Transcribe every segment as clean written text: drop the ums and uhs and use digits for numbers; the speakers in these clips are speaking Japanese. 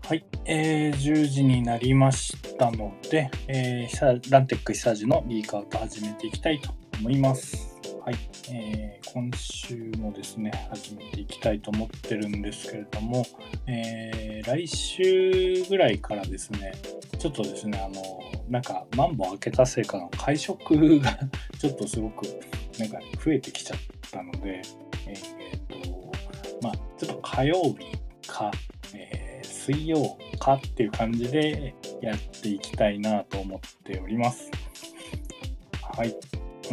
はい、10時になりましたので、ランテック久地のリークアウト始めていきたいと思います。はい、今週もですね、始めていきたいと思ってるんですけれども、来週ぐらいからですね、ちょっとですね、なんかマンボウ開けたせいかの会食がちょっとすごくなんか増えてきちゃったので、ちょっと火曜日か、水曜かっていう感じでやっていきたいなと思っております。はい。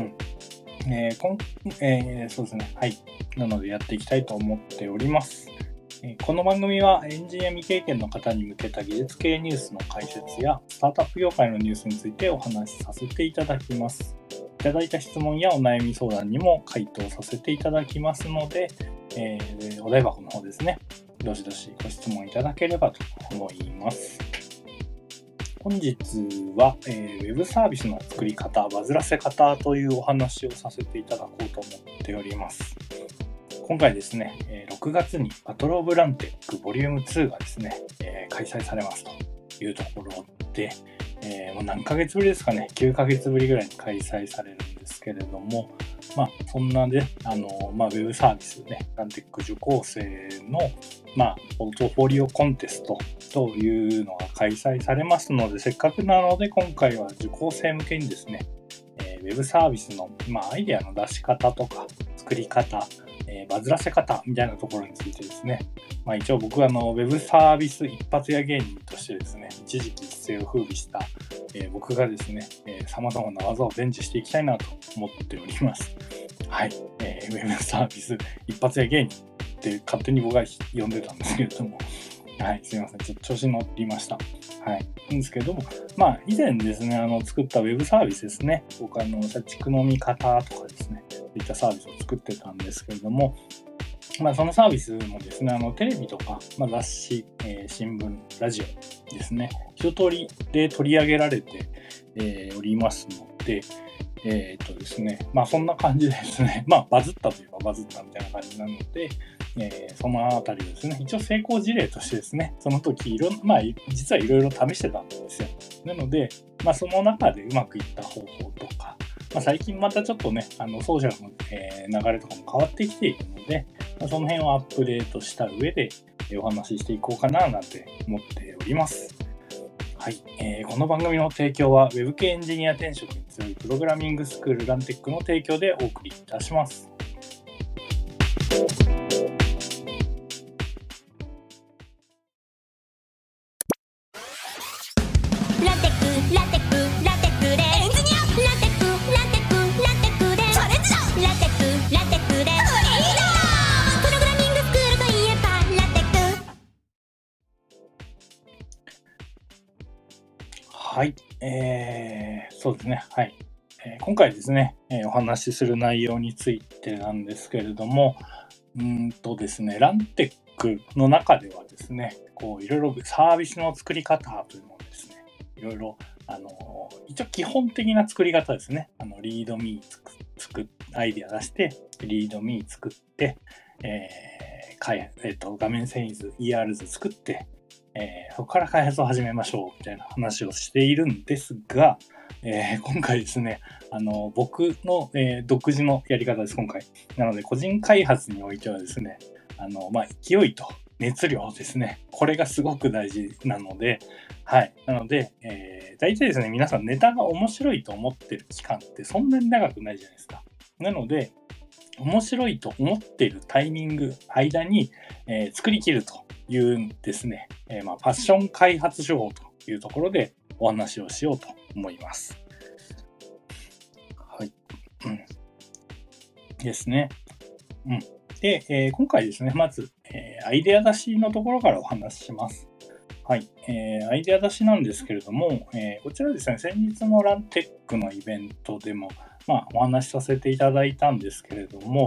そうですね。はい。なのでやっていきたいと思っております。この番組はエンジニア未経験の方に向けた技術系ニュースの解説やスタートアップ業界のニュースについてお話しさせていただきます。いただいた質問やお悩み相談にも回答させていただきますので、お題箱の方ですね、どしどしご質問いただければと思います。本日は、ウェブサービスの作り方、バズらせ方というお話をさせていただこうと思っております。今回ですね、6月にバトルオブランテックボリューム2がですね、開催されますというところで、もう何ヶ月ぶりですかね、9ヶ月ぶりぐらいに開催されるんですけれども、そんなで、ウェブサービスね、ランテック受講生の、ポートフォリオコンテストというのが開催されますので、せっかくなので今回は受講生向けにですね、ウェブサービスの、アイデアの出し方とか作り方、バズらせ方みたいなところについてですね、一応僕はウェブサービス一発屋芸人としてですね、一時期一世を風靡した、僕がですね、様々な技を伝授していきたいなと思っております。はい、ウェブサービス一発屋芸人って勝手に僕が呼んでたんですけれども、はい、すいません、ちょっと調子に乗りました。はい、なんですけども、以前ですね、作ったウェブサービスですね、僕社畜の見方とかですね、そういったサービスを作ってたんですけれども、そのサービスもですね、テレビとか、雑誌、新聞、ラジオですね、一通りで取り上げられて、おりますので、ですね、そんな感じでですね、バズったといえばバズったみたいな感じなので、そのあたりですね、一応成功事例としてですね、その時実はいろいろ試してたんですよ。なので、その中でうまくいった方法とか、最近またちょっとね、ソーシャルの、流れとかも変わってきているので、その辺をアップデートした上で、お話ししていこうかななんて思っております。はい、この番組の提供は Web 系エンジニア転職に強いプログラミングスクールランテックの提供でお送りいたします。 ラテクラテクラテクでエンジニアラテクラテクラテクでチャレンジだラテクラテクでフリーだプログラミングスクールといえばラテク。 はい、そうですね。はい。今回ですね、お話しする内容についてなんですけれども、ですね、ランテックの中ではですね、いろいろサービスの作り方というのをですね、いろいろ、一応基本的な作り方ですね。リードミーアイデア出して、リードミー作って、画面遷移図、ER 図作って、そこから開発を始めましょうみたいな話をしているんですが、今回ですね、僕の、独自のやり方です、今回。なので、個人開発においてはですね、勢いと熱量ですね、これがすごく大事なので、はい。なので、大体ですね、皆さんネタが面白いと思ってる期間ってそんなに長くないじゃないですか。なので、面白いと思っているタイミング、間に、作り切るというですね、ファッション開発手法というところでお話をしようと思います。はい。ですね。で、今回ですね、まず、アイデア出しのところからお話しします。はい。アイデア出しなんですけれども、こちらですね、先日のランテックのイベントでも、お話しさせていただいたんですけれども、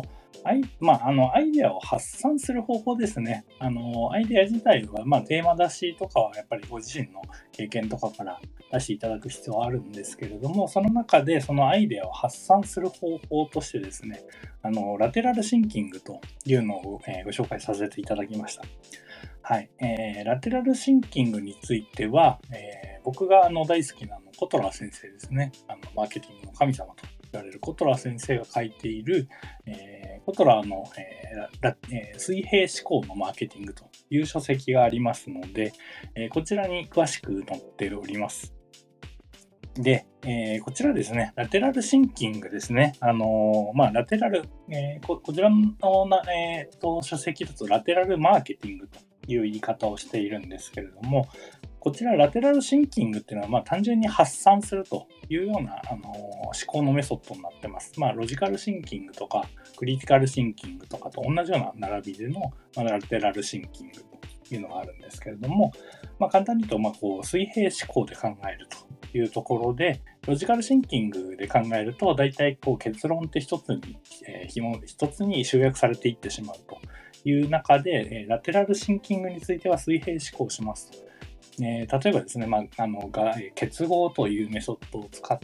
アイデアを発散する方法ですね。アイデア自体は、テーマ出しとかはやっぱりご自身の経験とかから出していただく必要はあるんですけれども、その中でそのアイデアを発散する方法としてですね、ラテラルシンキングというのを、ご紹介させていただきました。はい。ラテラルシンキングについては、僕が大好きなコトラ先生ですね。マーケティングの神様と言われるコトラ先生が書いている、コトラの、水平思考のマーケティングという書籍がありますので、こちらに詳しく載っております。で、こちらですね、ラテラルシンキングですね。ラテラル、こちらの書籍だとラテラルマーケティングという言い方をしているんですけれども、こちらラテラルシンキングっていうのは、単純に発散するというような、思考のメソッドになってます。ロジカルシンキングとかクリティカルシンキングとかと同じような並びでの、ラテラルシンキングというのがあるんですけれども、簡単に言うと、水平思考で考えるというところで、ロジカルシンキングで考えると、大体結論って一つに集約されていってしまうという中で、ラテラルシンキングについては水平思考しますと。例えばですね、結合というメソッドを使って、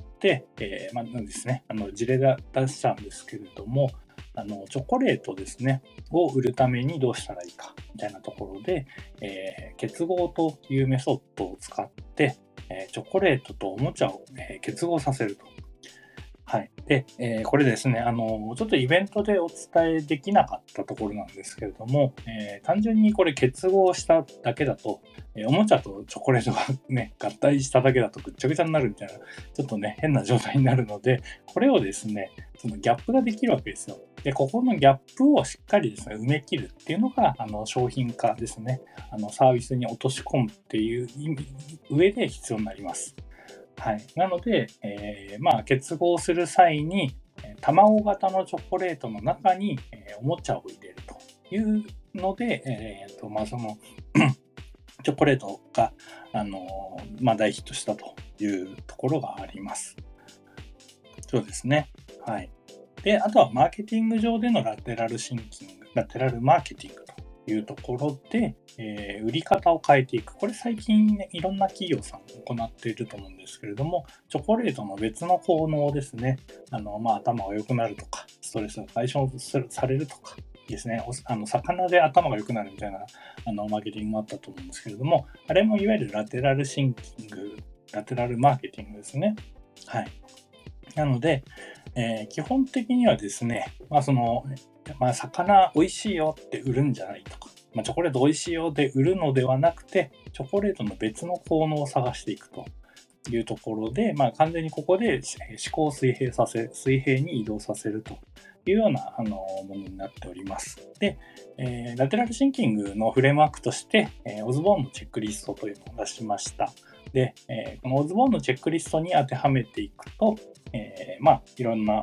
ですね、事例で出したんですけれども、チョコレートですね、を売るためにどうしたらいいかみたいなところで、結合というメソッドを使って、チョコレートとおもちゃを、結合させると。はい。で、これですね、ちょっとイベントでお伝えできなかったところなんですけれども、単純にこれ結合しただけだと、おもちゃとチョコレートがね、合体しただけだとぐっちゃぐちゃになるみたいな、ちょっとね、変な状態になるので、これをですね、そのギャップができるわけですよ。で、ここのギャップをしっかりですね、埋め切るっていうのが、商品化ですね、サービスに落とし込むっていう上で必要になります。はい。なので、結合する際に、卵型のチョコレートの中に、おもちゃを入れるというので、そのチョコレートが、大ヒットしたというところがあります。そうですね。はい。で、あとはマーケティング上でのラテラルシンキング、ラテラルマーケティングというところで、売り方を変えていく。これ最近ね、いろんな企業さん行っていると思うんですけれども、チョコレートの別の効能ですね。頭が良くなるとか、ストレスが解消されるとかですね。魚で頭が良くなるみたいなマーケティングもあったと思うんですけれども、あれもいわゆるラテラルシンキング、ラテラルマーケティングですね。はい。なので、基本的にはですね、魚美味しいよって売るんじゃないとか、チョコレート美味しいよで売るのではなくて、チョコレートの別の効能を探していくというところで、完全にここで思考を水平に移動させるというようなものになっております。で、ラテラルシンキングのフレームワークとして、オズボーンのチェックリストというのを出しました。で、このオズボーンのチェックリストに当てはめていくと、いろんな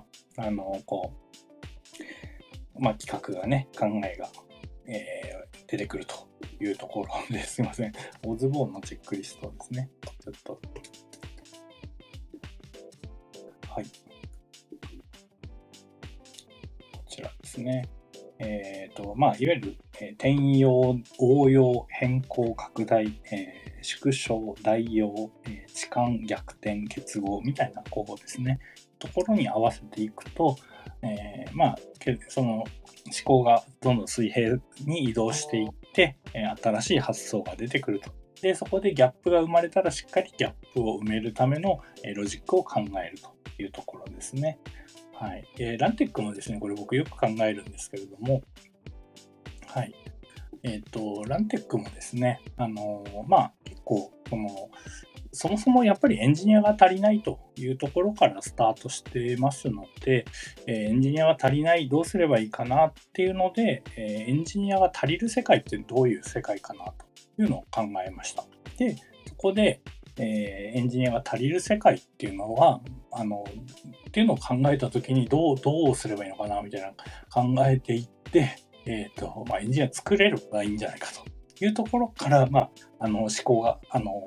企画がね、考えが、出てくるというところですいません。オズボーンのチェックリストですね。ちょっと。はい。こちらですね。いわゆる、転用、応用、変更、拡大、縮小、代用、置換、逆転、結合みたいなですね。ところに合わせていくと、その思考がどんどん水平に移動していって、新しい発想が出てくると。で、そこでギャップが生まれたらしっかりギャップを埋めるためのロジックを考えるというところですね。はい。ランテックもですね、これ僕よく考えるんですけれども、はい。ランテックもですね、結構、そもそもやっぱりエンジニアが足りないというところからスタートしてますので、エンジニアが足りない、どうすればいいかなっていうので、エンジニアが足りる世界ってどういう世界かなというのを考えました。で、そこで、エンジニアが足りる世界っていうのは、っていうのを考えたときにどうすればいいのかなみたいな考えていって、エンジニア作れればいいんじゃないかというところから、思考が、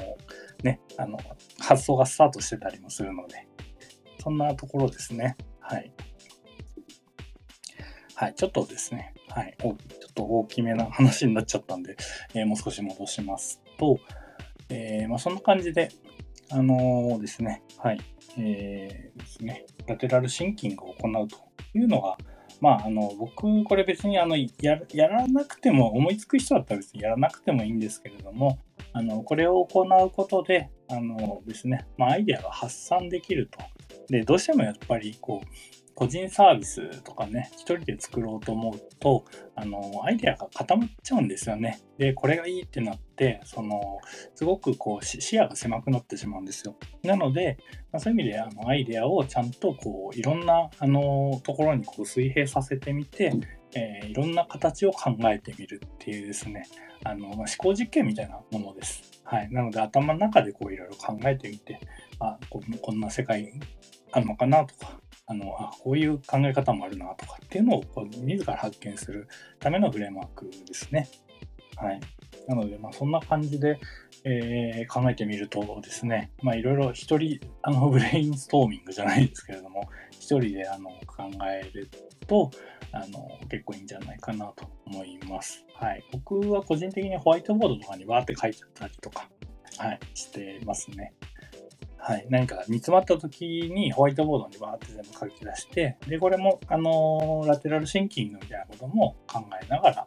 発想がスタートしてたりもするので、そんなところですね。はい。 はい、ちょっとですね、はい、ちょっと大きめな話になっちゃったんで、もう少し戻しますと、そんな感じで、ですね、はい、ですね、ラテラルシンキングを行うというのが、僕、これ別にやらなくても、思いつく人だったら別にやらなくてもいいんですけれども、これを行うことで、ですね、アイデアが発散できると。で、どうしてもやっぱり、個人サービスとかね、一人で作ろうと思うと、アイデアが固まっちゃうんですよね。で、これがいいってなって、すごく視野が狭くなってしまうんですよ。なので、そういう意味で、アイデアをちゃんと、いろんな、ところに水平させてみて、いろんな形を考えてみるっていうですね、思考実験みたいなものです。はい。なので、頭の中でいろいろ考えてみて、こんな世界あるのかなとか、こういう考え方もあるなとかっていうのを自ら発見するためのフレームワークですね。はい。なので、そんな感じで、考えてみるとですね、いろいろ一人、ブレインストーミングじゃないですけれども、一人で考えると、結構いいんじゃないかなと思います。はい。僕は個人的にホワイトボードとかにバーって書いてたりとか、はい、してますね。はい、何か煮詰まった時にホワイトボードにバーって全部書き出して、で、これも、ラテラルシンキングみたいなことも考えながら、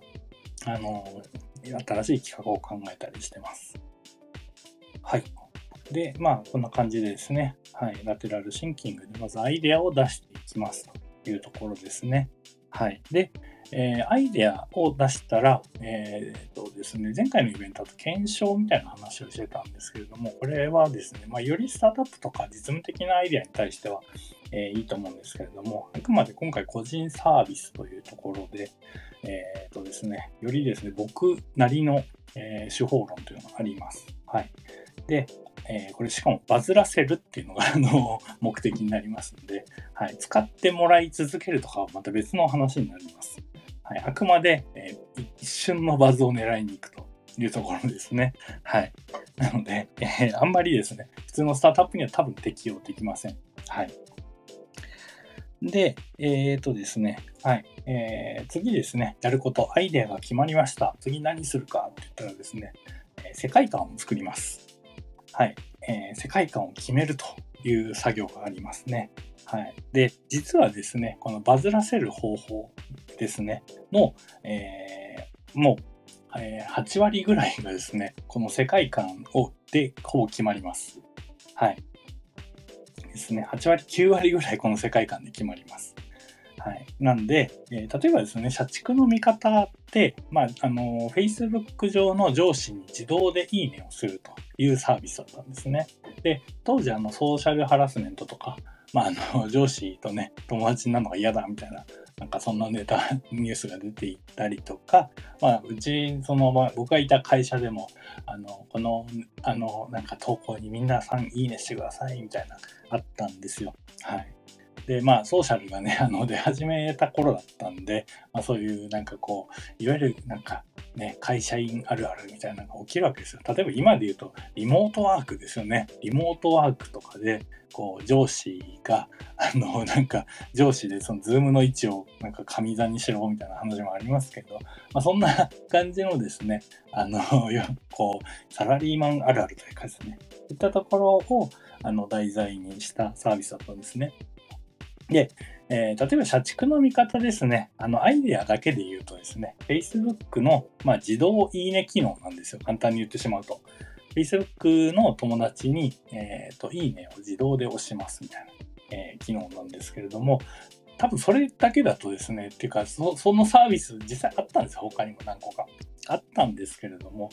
新しい企画を考えたりしてます。はい。で、こんな感じでですね、はい、ラテラルシンキングでまずアイデアを出していきますというところですね。はい。で、アイデアを出したら、ですね、前回のイベントだと検証みたいな話をしてたんですけれども、これはですね、よりスタートアップとか実務的なアイデアに対しては、いいと思うんですけれども、あくまで今回個人サービスというところで、ですね、よりですね、僕なりの、手法論というのがあります。はい。で、これしかもバズらせるっていうのが目的になりますので、はい、使ってもらい続けるとかはまた別の話になります。はい、あくまで、一瞬のバズを狙いに行くというところですね。はい。なので、あんまりですね、普通のスタートアップには多分適用できません。はい。で、ですね、はい。次ですね、やること、アイデアが決まりました。次何するかって言ったらですね、世界観を作ります。はい。世界観を決めるという作業がありますね。はい。で、実はですね、このバズらせる方法ですね、の、もう、8割ぐらいがですね、この世界観でほぼ決まります。はい。ですね、8割、9割ぐらいこの世界観で決まります。はい。なんで、例えばですね、社畜の見方って、Facebook 上の上司に自動でいいねをするというサービスだったんですね。で、当時ソーシャルハラスメントとか、上司とね、友達になるのが嫌だみたいな、なんかそんなニュースが出ていったりとか、僕がいた会社でも、この、なんか投稿に皆さんいいねしてくださいみたいな、あったんですよ。はい。で、ソーシャルがね、出始めた頃だったんで、そういうなんかいわゆるなんかね、会社員あるあるみたいなのが起きるわけですよ。例えば今で言うと、リモートワークですよね。リモートワークとかで、上司が、なんか、上司でそのズームの位置をなんか上座にしろみたいな話もありますけど、そんな感じのですね、サラリーマンあるあるというかですね、そういったところを、題材にしたサービスだったんですね。で、例えば社畜の見方ですね、アイデアだけで言うとですね、Facebook の、自動いいね機能なんですよ。簡単に言ってしまうと。Facebook の友達に、いいねを自動で押しますみたいな、機能なんですけれども、多分それだけだとですね、っていうか、そのサービス実際あったんですよ。他にも何個か。あったんですけれども、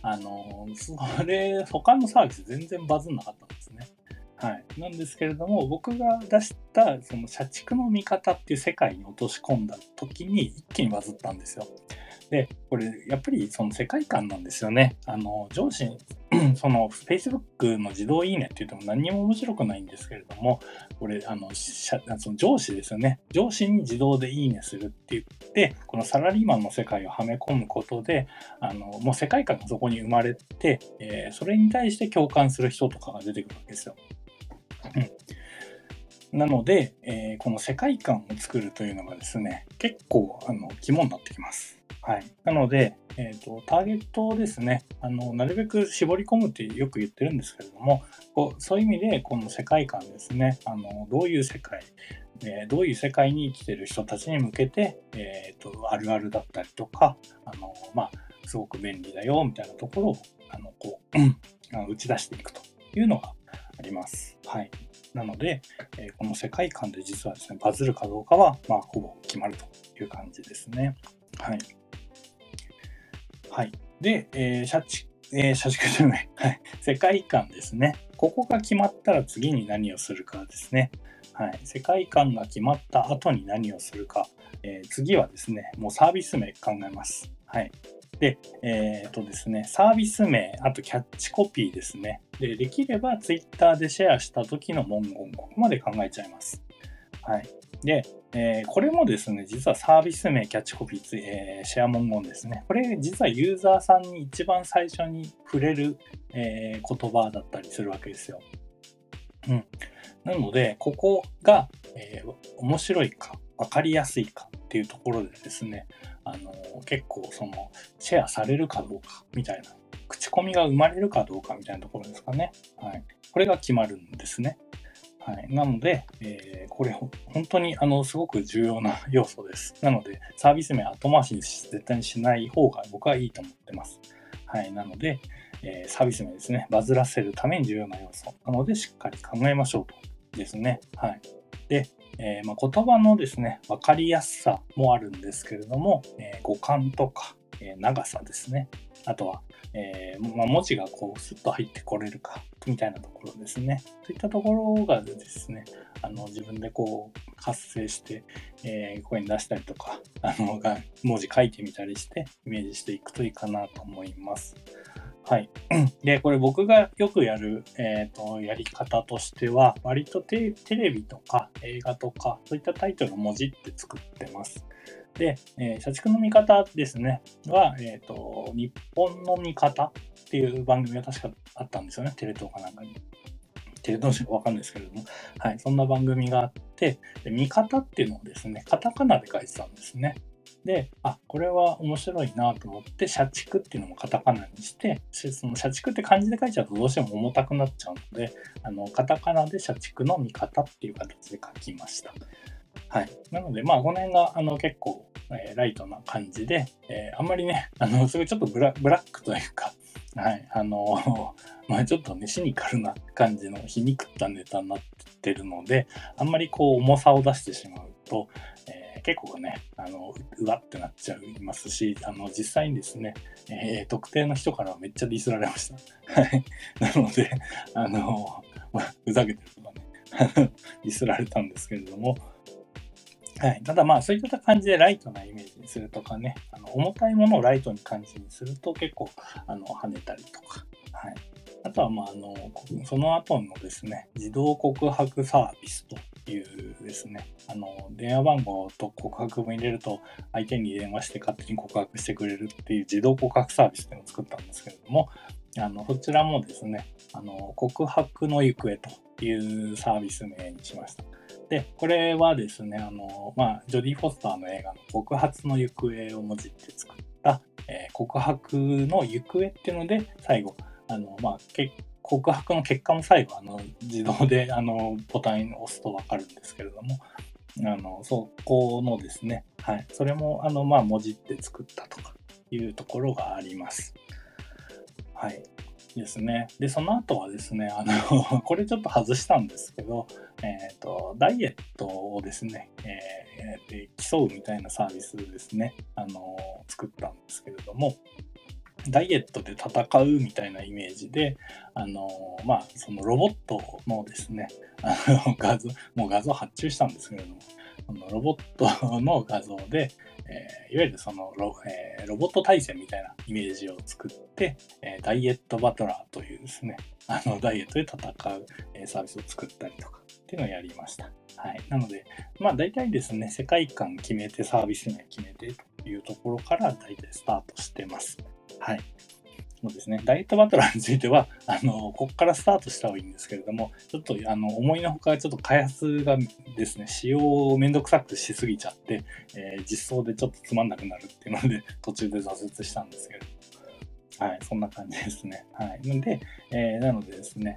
他のサービス全然バズんなかったんですね。はい。なんですけれども、僕が出したその社畜の見方っていう世界に落とし込んだ時に一気にバズったんですよ。で、これやっぱりその世界観なんですよね。上司にその Facebook の自動いいねって言っても何にも面白くないんですけれども、これその上司ですよね。上司に自動でいいねするって言って、このサラリーマンの世界をはめ込むことで、もう世界観がそこに生まれて、それに対して共感する人とかが出てくるわけですよ。 なので、この世界観を作るというのがですね、結構肝になってきます。はい。なので、ターゲットをですね、なるべく絞り込むってよく言ってるんですけれども、そういう意味で、この世界観ですね、どういう世界、どういう世界に生きてる人たちに向けて、あるあるだったりとか、すごく便利だよ、みたいなところを、打ち出していくというのがあります。はい。なので、この世界観で実はですね、バズるかどうかは、ほぼ決まるという感じですね。はい。はい。で、社畜じゃない、はい。世界観ですね。ここが決まったら次に何をするかですね。はい。世界観が決まった後に何をするか。次はですね、もうサービス名考えます。はい。で、ですね、サービス名、あとキャッチコピーですね。できれば Twitter でシェアした時の文言、ここまで考えちゃいます。はい。で、これもですね、実はサービス名、キャッチコピー、シェア文言ですね。これ実はユーザーさんに一番最初に触れる、言葉だったりするわけですよ。うん。なので、ここが、面白いか、わかりやすいかっていうところでですね、結構シェアされるかどうかみたいな、口コミが生まれるかどうかみたいなところですかね。はい。これが決まるんですね。はい。なので、これ本当にすごく重要な要素です。なので、サービス名後回しに絶対にしない方が僕はいいと思ってます。はい。なので、サービス名ですね、バズらせるために重要な要素なので、しっかり考えましょうとですね。はい。で、言葉のですね、わかりやすさもあるんですけれども、語感とか、長さですね。あとは、文字がこうスッと入ってこれるかみたいなところですね。そういったところがですね、自分でこう発声して、声に出したりとか、文字書いてみたりしてイメージしていくといいかなと思います。はい。で、これ僕がよくやる、やり方としては、割とテレビとか映画とか、そういったタイトルをもじって作ってます。で、社畜の味方ですね、は、日本の味方っていう番組が確かあったんですよね、テレ東かなんかに。テレ東しかわかんないですけれども、はい、そんな番組があって、で味方っていうのをですね、カタカナで書いてたんですね。で、これは面白いなと思って、社畜っていうのもカタカナにして、その社畜って漢字で書いちゃうとどうしても重たくなっちゃうので、カタカナで社畜の味方っていう形で書きました。はい。なので、この辺が結構、ライトな感じで、あんまりね、すごいちょっとブラックというか、はい、ちょっとね、シニカルな感じの皮肉ったネタになってるので、あんまりこう重さを出してしまうと、結構ね、うわってなっちゃいますし、実際にですね、特定の人からはめっちゃディスられました。はい。なので、ふざけてるとかね、ディスられたんですけれども、はい。ただそういった感じでライトなイメージにするとかね、重たいものをライトに感じにすると結構、跳ねたりとか、はい。あとは、その後のですね、自動告白サービスというですね、電話番号と告白文入れると、相手に電話して勝手に告白してくれるっていう自動告白サービスっていうのを作ったんですけれども、そちらもですね、告白の行方というサービス名にしました。で、これはですね、ジョディ・フォスターの映画の告発の行方をもじって作った、告白の行方っていうので、最後、告白の結果も最後、自動で、ボタンを押すとわかるんですけれども、そこのですね、はい、それも、もじって作ったとかいうところがあります。はい。ですね。で、その後はですね、これちょっと外したんですけど、ダイエットをですね、で競うみたいなサービスですね、作ったんですけれども、ダイエットで戦うみたいなイメージで、そのロボットのですね、画像発注したんですけれども、ロボットの画像で、いわゆるロボット対戦みたいなイメージを作って、ダイエットバトラーというですね、ダイエットで戦う、サービスを作ったりとかっていうのをやりました。はい。なので、大体ですね、世界観決めてサービス名決めてというところから大体スタートしてます。はい。 そうですね、ダイエットバトラーについては、ここからスタートした方がいいんですけれども、ちょっと、思いのほか、ちょっと開発がですね、使用をめんどくさくしすぎちゃって、実装でちょっとつまんなくなるっていうので、途中で挫折したんですけれども。はい、そんな感じですね。はい。なのでですね、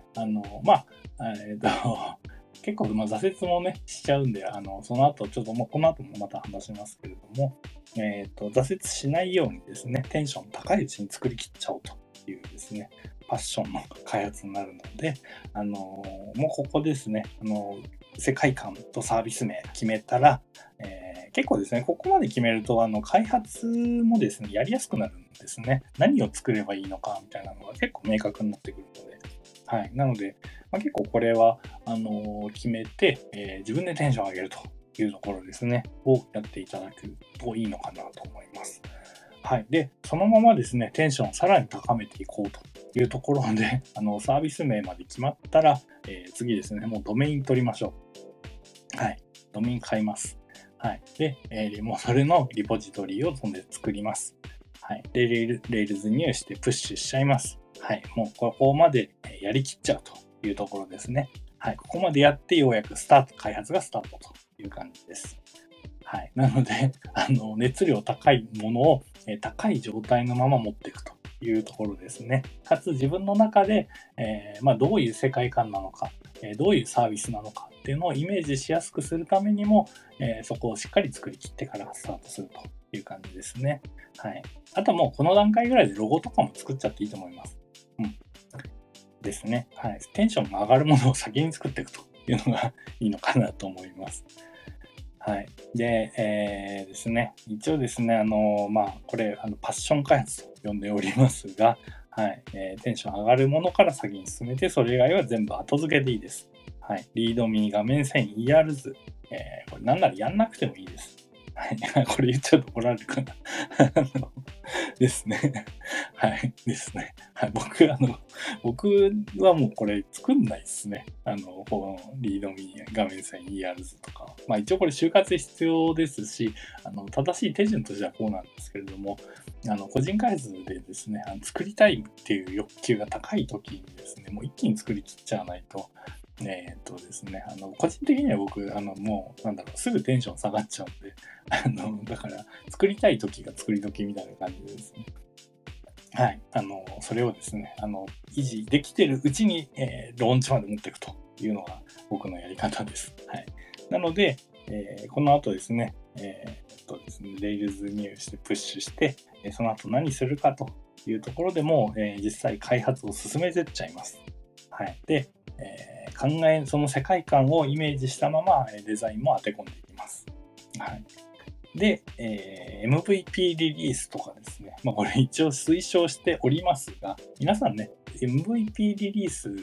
結構、挫折もね、しちゃうんで、その後、ちょっともうこの後もまた話しますけれども、挫折しないようにですね、テンション高いうちに作り切っちゃおうというですね、パッションの開発になるので、もうここですね、世界観とサービス名決めたら、結構ですね、ここまで決めると、開発もですね、やりやすくなるんですね。何を作ればいいのかみたいなのが結構明確になってくるので。はい。なので、結構これは、決めて、自分でテンションを上げるというところですね、をやっていただくといいのかなと思います。はい。で、そのままですね、テンションをさらに高めていこうというところで、サービス名まで決まったら、次ですね、もうドメイン取りましょう。はい。ドメイン買います。はい。で、もうそれのリポジトリをそんで作ります。はい。で、Rails 入してプッシュしちゃいます。はい。もうここまでやりきっちゃうというところですね。はい。ここまでやってようやく開発がスタートという感じです。はい。なので、熱量高いものを高い状態のまま持っていくというところですね。かつ自分の中で、どういう世界観なのか、どういうサービスなのかっていうのをイメージしやすくするためにも、そこをしっかり作り切ってからスタートするという感じですね。はい。あとはもうこの段階ぐらいでロゴとかも作っちゃっていいと思います。うん。ですね。はい。テンションが上がるものを先に作っていくというのがいいのかなと思います。はい。で、ですね、一応ですね、これ、パッション開発と呼んでおりますが、はい、テンション上がるものから先に進めて、それ以外は全部後付けでいいです。はい。リードミー、画面遷移、ER 図、これなんならやんなくてもいいです。はい。これ言っちゃうと怒られるかな。ですね。はい。ですね。はい。僕はもうこれ作んないですね。このリードミー、画面遷移、ER 図とか。一応これ就活必要ですし、正しい手順としてはこうなんですけれども、個人開発でですね、作りたいっていう欲求が高い時にですね、もう一気に作りきっちゃわないと、ですね、個人的には僕、もう、すぐテンション下がっちゃうんで、だから、作りたい時が作り時みたいな感じでですね。はい。それをですね、維持できてるうちに、ローンチまで持っていくというのが僕のやり方です。はい。なので、この後ですね、ですね、Rails 入してプッシュして、その後何するかというところでも、実際開発を進めてっちゃいます。はい。で、その世界観をイメージしたままデザインも当て込んでいきます。はい。で、MVP リリースとかですね、これ一応推奨しておりますが、皆さんね、MVP リリースって、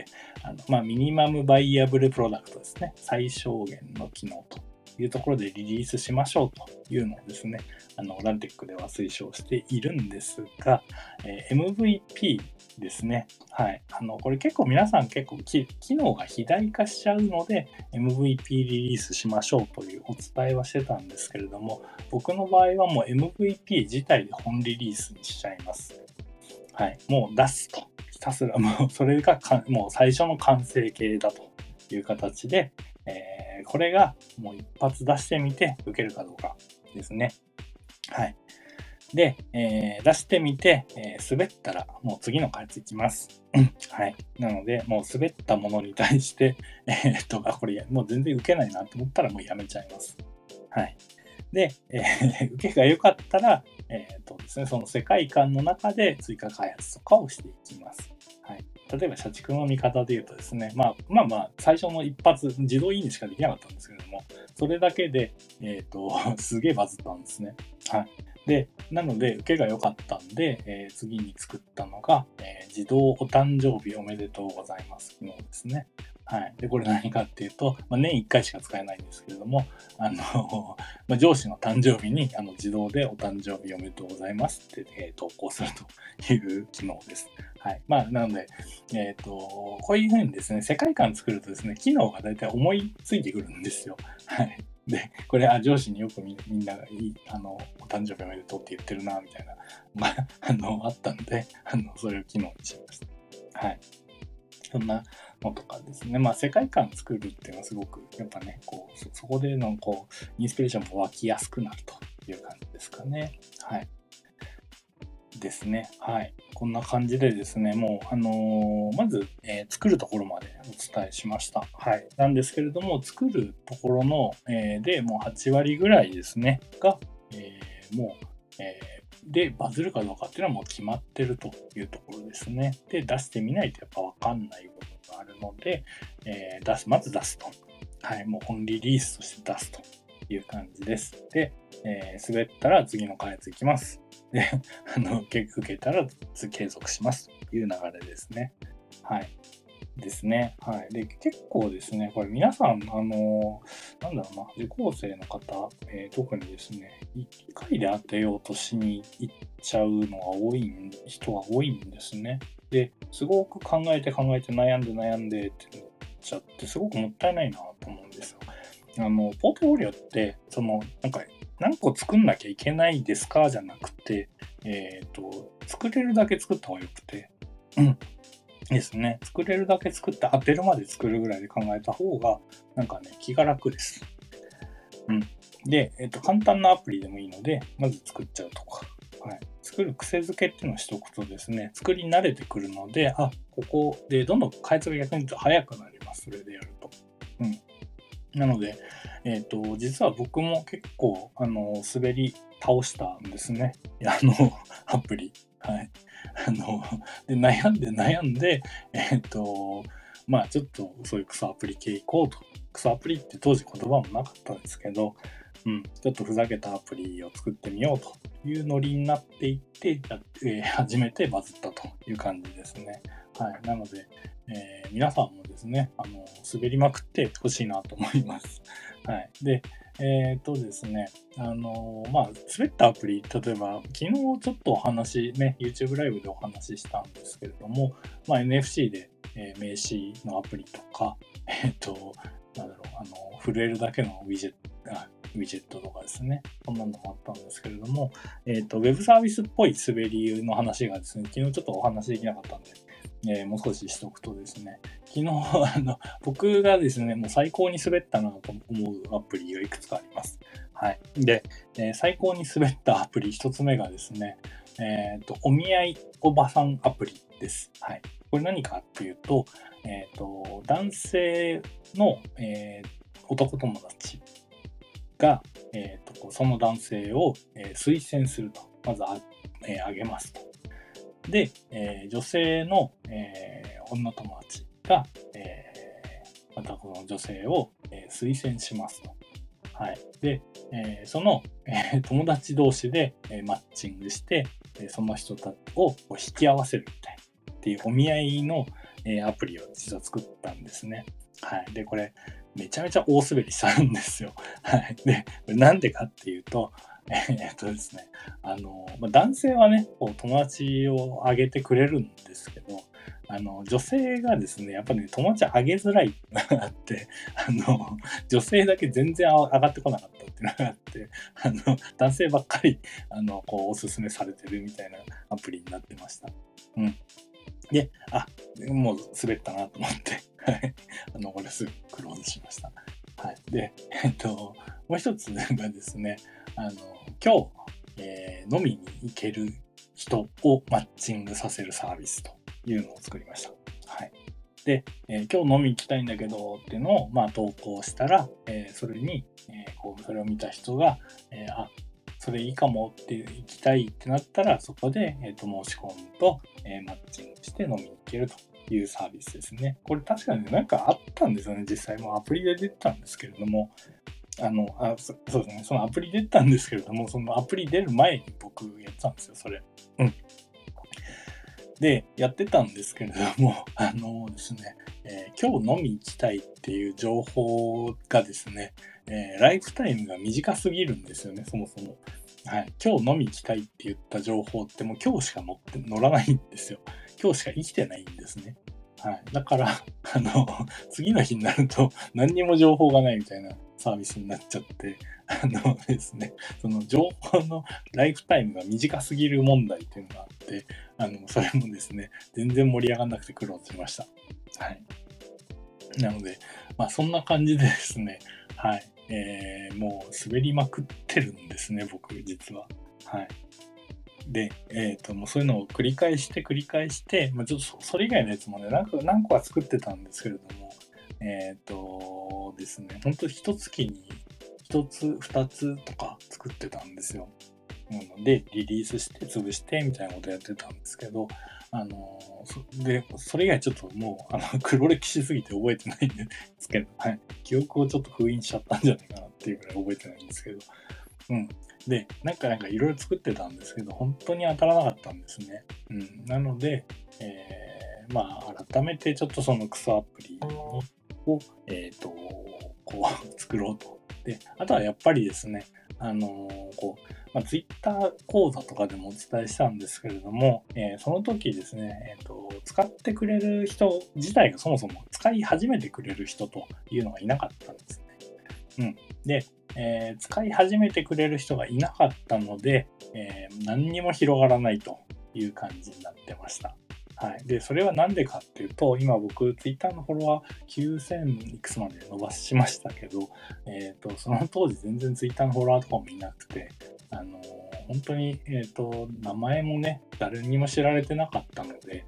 ミニマムバイアブルプロダクトですね、最小限の機能というところでリリースしましょうというのをですね、ランテックでは推奨しているんですが、MVP ですね。はい。これ結構皆さん機能が肥大化しちゃうので MVP リリースしましょうというお伝えはしてたんですけれども、僕の場合はもう MVP 自体で本リリースにしちゃいます。はい。もう出すと。ひたすらもうそれがもう最初の完成形だという形で、これがもう一発出してみて受けるかどうかですね。はい。で、出してみて、滑ったらもう次の開発いきます。はい。なので、もう滑ったものに対して、これもう全然受けないなと思ったらもうやめちゃいます。はい。で、受けが良かったら、ですね、その世界観の中で追加開発とかをしていきます。はい。例えば社畜の見方で言うとですね、最初の一発、自動いいねしかできなかったんですけれども、それだけで、すげえバズったんですね。はい。で、なので、受けが良かったんで、次に作ったのが、自動お誕生日おめでとうございます機能ですね。はい。で、これ何かっていうと、年1回しか使えないんですけれども、上司の誕生日に自動でお誕生日おめでとうございますって、投稿するという機能です。はい。なので、こういうふうにですね、世界観作るとですね、機能が大体思いついてくるんですよ。はい。 で、これ、上司によくみんながお誕生日おめでとうって言ってるな、みたいな、まあ、あったんで、それを機能にしました。はい。そんなのとかですね。まあ、世界観作るっていうのはすごく、やっぱね、こう、そこでの、こう、インスピレーションも湧きやすくなるという感じですかね。はい。ですね。はい。こんな感じでですね、もう、まず、作るところまでお伝えしました。はい。なんですけれども、作るところの、で、もう8割ぐらいですね、が、もう、で、バズるかどうかっていうのはもう決まってるというところですね。で、出してみないとやっぱわかんない部分があるので、まず出すと。はい。もう本リリースとして出すという感じです。で、滑ったら次の開発いきます。で、受けたら継続しますという流れですね。はい。ですね。はい。で、結構ですね、これ皆さん、なんだろうな、受講生の方、特にですね、1回で当てようとしに行っちゃうのが人は多いんですね。で、すごく考えて悩んでってなっちゃって、すごくもったいないなと思うんですよ。ポートフォリオって、なんか、何個作んなきゃいけないですかじゃなくて、作れるだけ作った方がよくて、ですね。作れるだけ作って当てるまで作るぐらいで考えた方が、なんかね、気が楽です。で、簡単なアプリでもいいので、まず作っちゃうとか。はい。作る癖づけっていうのをしておくとですね、作り慣れてくるので、ここでどんどん開発が逆に言うと早くなります。それでやると。なので、実は僕も結構、滑り倒したんですね。アプリ。はい。で、悩んで、まあちょっとそういうクソアプリ系行こうと。クソアプリって当時言葉もなかったんですけど、ちょっとふざけたアプリを作ってみようというノリになっていって、初めてバズったという感じですね。はい。なので、皆さんもですね、滑りまくってほしいなと思います。はい。で、ですね、滑ったアプリ、例えば、昨日ちょっとお話、ね、YouTube ライブでお話ししたんですけれども、NFC で、名刺のアプリとか、なんだろう、震えるだけのウィジェットとかですね、そんなのもあったんですけれども、ウェブサービスっぽい滑りの話がですね、昨日ちょっとお話できなかったんで、もう少ししとくとですね、昨日、僕がですね、もう最高に滑ったなと思うアプリがいくつかあります。はい。で、最高に滑ったアプリ一つ目がですね、お見合いおばさんアプリです。はい。これ何かっていうと、男性の、男友達が、その男性を、推薦すると。まずあげますと。で、女性の、女友達が、またこの女性を、推薦しますと。はい。で、その、友達同士で、マッチングして、その人たちを引き合わせるみたいなっていうお見合いの、アプリを実は作ったんですね。はい。で、これ、めちゃめちゃ大滑りしたんですよ。はい。で、これなんでかっていうと、ですね、男性はね、こう友達をあげてくれるんですけど、女性がですね、やっぱりね、友達あげづらいのがあって、女性だけ全然上がってこなかったっていうのがあって、男性ばっかり、こう、おすすめされてるみたいなアプリになってました。で、もう滑ったなと思って、はい。これすぐクローズしました。はい。で、もう一つがですね、今日、飲みに行ける人をマッチングさせるサービスというのを作りました。はい。で、今日飲み行きたいんだけどっていうのを、投稿したら、それに、それを見た人が、それいいかもって行きたいってなったら、そこで、申し込むと、マッチングして飲みに行けるというサービスですね。これ確かになんかあったんですよね。実際もアプリで出てたんですけれども、そうですね。そのアプリ出てたんですけれども、そのアプリ出る前に僕やってたんですよ、それ。で、やってたんですけれども、ですね、今日飲み行きたいっていう情報がですね、ライフタイムが短すぎるんですよね、そもそも。はい。今日飲み行きたいって言った情報ってもう今日しか乗らないんですよ。今日しか生きてないんですね。はい。だから、次の日になると何にも情報がないみたいな、 サービスになっちゃって、ですね、その情報のライフタイムが短すぎる問題っていうのがあって、それもですね、全然盛り上がらなくて苦労しました。はい。なので、そんな感じでですね、はい。もう滑りまくってるんですね、僕、実は。はい。で、もうそういうのを繰り返して、ちょっとそれ以外のやつもね、何個か作ってたんですけれども、ですね、ほんと一月に1つ、2つとか作ってたんですよ。で、リリースして潰してみたいなことやってたんですけど、それ以外ちょっともう、黒歴史すぎて覚えてないんですけど、はい。記憶をちょっと封印しちゃったんじゃないかなっていうぐらい覚えてないんですけど、で、なんかいろいろ作ってたんですけど、本当に当たらなかったんですね。なので、改めてちょっとそのクソアプリを、作ろうと。で、あとはやっぱりですね、Twitter 講座とかでもお伝えしたんですけれども、その時ですね、使ってくれる人自体がそもそも使い始めてくれる人というのがいなかったんですね。で、使い始めてくれる人がいなかったので、何にも広がらないという感じになってました。はい。で、それはなんでかっていうと、今僕、Twitter のフォロワー9000いくつまで伸ばしましたけど、その当時全然 Twitter のフォロワーとかもいなくて、本当に、名前もね、誰にも知られてなかったので、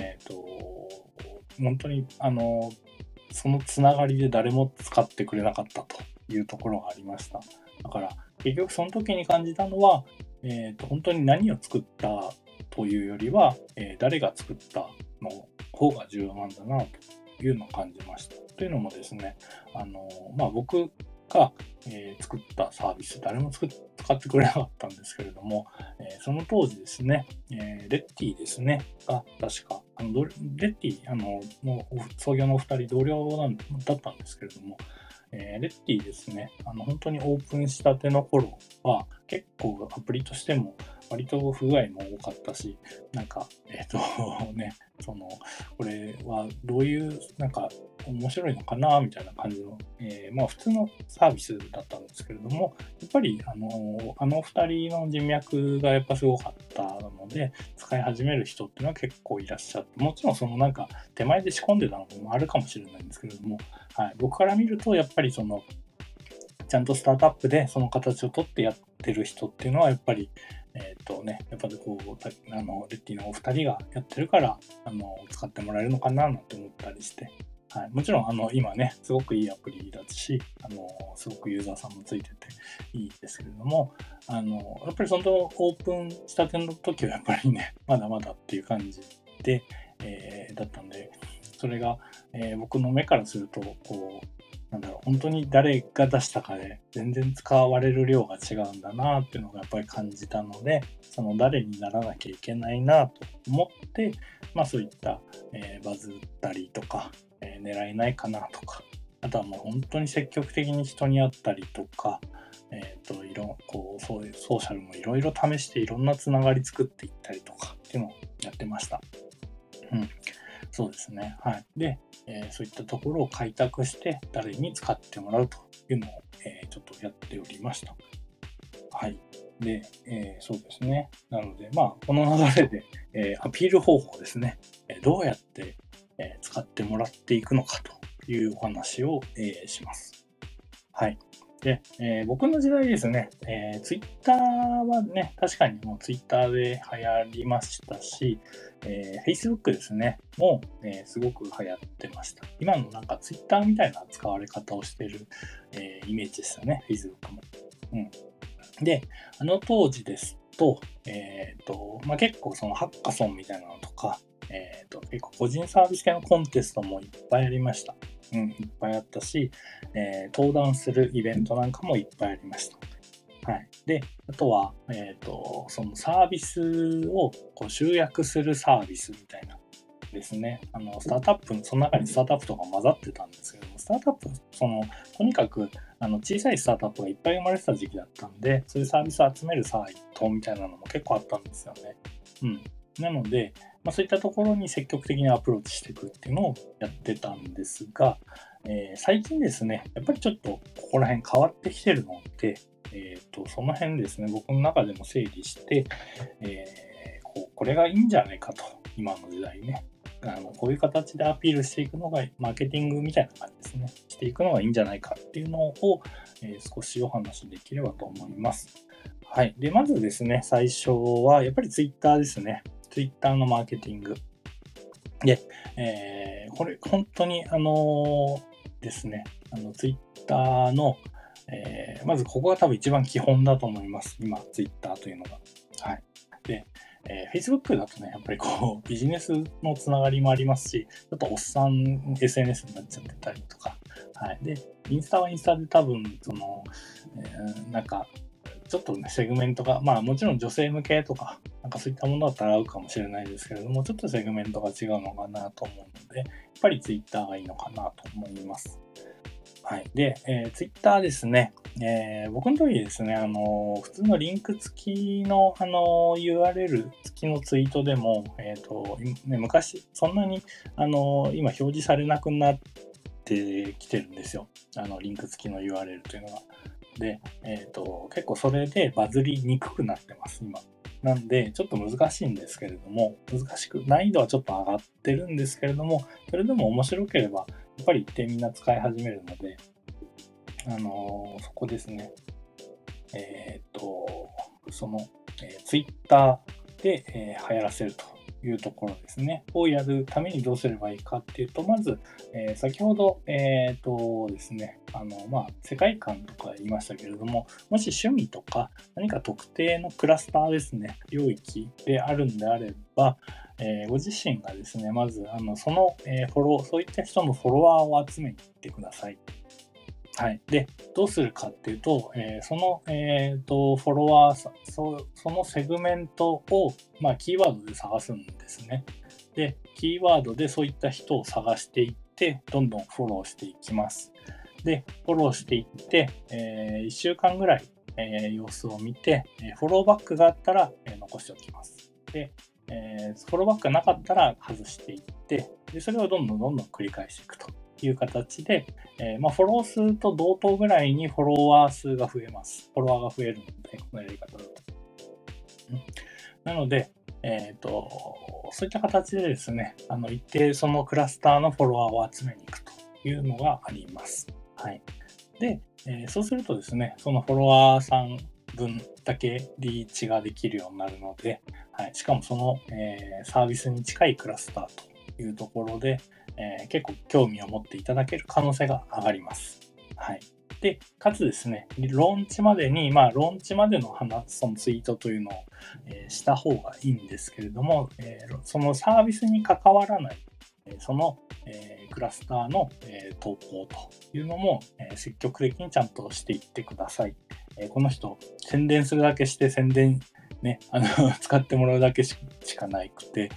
本当に、そのつながりで誰も使ってくれなかったというところがありました。だから、結局その時に感じたのは、本当に何を作ったというよりは、誰が作ったの方が重要なんだなというのを感じました。というのもですね、僕が、作ったサービス、誰も使ってくれなかったんですけれども、その当時ですね、レッティですね、が確か、レッティ、の創業のお二人同僚だったんですけれども、レッティですね、本当にオープンしたての頃は、結構アプリとしても割と不具合も多かったし、これはどういう、面白いのかな、みたいな感じの、普通のサービスだったんですけれども、やっぱり、二人の人脈がやっぱすごかったので、使い始める人っていうのは結構いらっしゃって、もちろん手前で仕込んでたのもあるかもしれないんですけれども、はい、僕から見ると、やっぱりちゃんとスタートアップでその形を取ってやってる人っていうのは、やっぱり、レッティのお二人がやってるから、使ってもらえるのかななんて思ったりして、はい、もちろん、今ね、すごくいいアプリだし、すごくユーザーさんもついてていいですけれども、やっぱりそのオープンしたての時はやっぱりね、まだまだっていう感じで、だったんで、それが、僕の目からすると、本当に誰が出したかで全然使われる量が違うんだなっていうのがやっぱり感じたので、その誰にならなきゃいけないなと思って、そういった、バズったりとか、狙えないかなとか、あとはもう本当に積極的に人に会ったりとか、そういうソーシャルもいろいろ試していろんなつながり作っていったりとかっていうのをやってました。そうですね。はい。で、そういったところを開拓して誰に使ってもらうというのを、ちょっとやっておりました。はい。で、そうですね。なので、この流れで、アピール方法ですね。どうやって、使ってもらっていくのかというお話を、します。はい。で、僕の時代ですね、Twitter はね、確かにもう Twitter で流行りましたし、Facebook ですね、もう、すごく流行ってました。今のTwitter みたいな使われ方をしている、イメージでしたね、Facebook も。で、当時ですと、結構そのハッカソンみたいなのとか、結構個人サービス系のコンテストもいっぱいありました。いっぱいあったし、登壇するイベントなんかもいっぱいありました。はい。で、あとは、そのサービスを集約するサービスみたいなですね。スタートアップ、その中にスタートアップとか混ざってたんですけども、スタートアップ、とにかく、小さいスタートアップがいっぱい生まれてた時期だったんで、そういうサービスを集めるサイトみたいなのも結構あったんですよね。なので、そういったところに積極的にアプローチしていくっていうのをやってたんですが、 最近ですね、やっぱりちょっとここら辺変わってきてるので、その辺ですね、僕の中でも整理して、これがいいんじゃないかと、今の時代ね。こういう形でアピールしていくのが、マーケティングみたいな感じですね。していくのがいいんじゃないかっていうのを、少しお話しできればと思います。はい。で、まずですね、最初は、やっぱりツイッターですね。ツイッターのマーケティング。で、これ、本当に、ですね、ツイッターの、まずここが多分一番基本だと思います。今、ツイッターというのが。はい。で、Facebook だとね、やっぱりこう、ビジネスのつながりもありますし、ちょっとおっさん SNS になっちゃってたりとか、はい。で、インスタはインスタで多分、なんか、ちょっとね、セグメントが、まあもちろん女性向けとか、なんかそういったものだったら合うかもしれないですけれども、ちょっとセグメントが違うのかなと思うので、やっぱり Twitter がいいのかなと思います。はい。で、Twitter ですね、僕の時ですね、普通のリンク付きの、URL 付きのツイートでも、昔、そんなに、今表示されなくなってきてるんですよ。リンク付きの URL というのが。で、結構それでバズりにくくなってます、今。なんで、ちょっと難しいんですけれども、難易度はちょっと上がってるんですけれども、それでも面白ければ、やっぱり一定みんな使い始めるので、そこですね。Twitter で、流行らせるというところですね。をやるためにどうすればいいかっていうと、まず、先ほど、ですね、世界観とか言いましたけれども、もし趣味とか何か特定のクラスターですね、領域であるんであれば、ご自身がですね、まず、そういった人のフォロワーを集めに行ってください。はい。で、どうするかっていうと、その、フォロワーさ、そのセグメントを、キーワードで探すんですね。で、キーワードでそういった人を探していって、どんどんフォローしていきます。で、フォローしていって、1週間ぐらい、様子を見て、フォローバックがあったら、残しておきます。で、フォローバックがなかったら外していって、でそれをどんどん繰り返していくという形で、フォロー数と同等ぐらいにフォロワー数が増えます。フォロワーが増えるので、このやり方だと。なので、そういった形でですね、一定そのクラスターのフォロワーを集めに行くというのがあります。はい。で、そうするとですね、そのフォロワーさん分だけリーチができるようになるので、はい、しかもその、サービスに近いクラスターというところで、結構興味を持っていただける可能性が上がります。はい。で、かつですね、ローンチまでに、ローンチまでのそのツイートというのを、した方がいいんですけれども、そのサービスに関わらない、その、クラスターの、投稿というのも、積極的にちゃんとしていってください。この人、宣伝するだけして宣伝ね、使ってもらうだけしかなくて、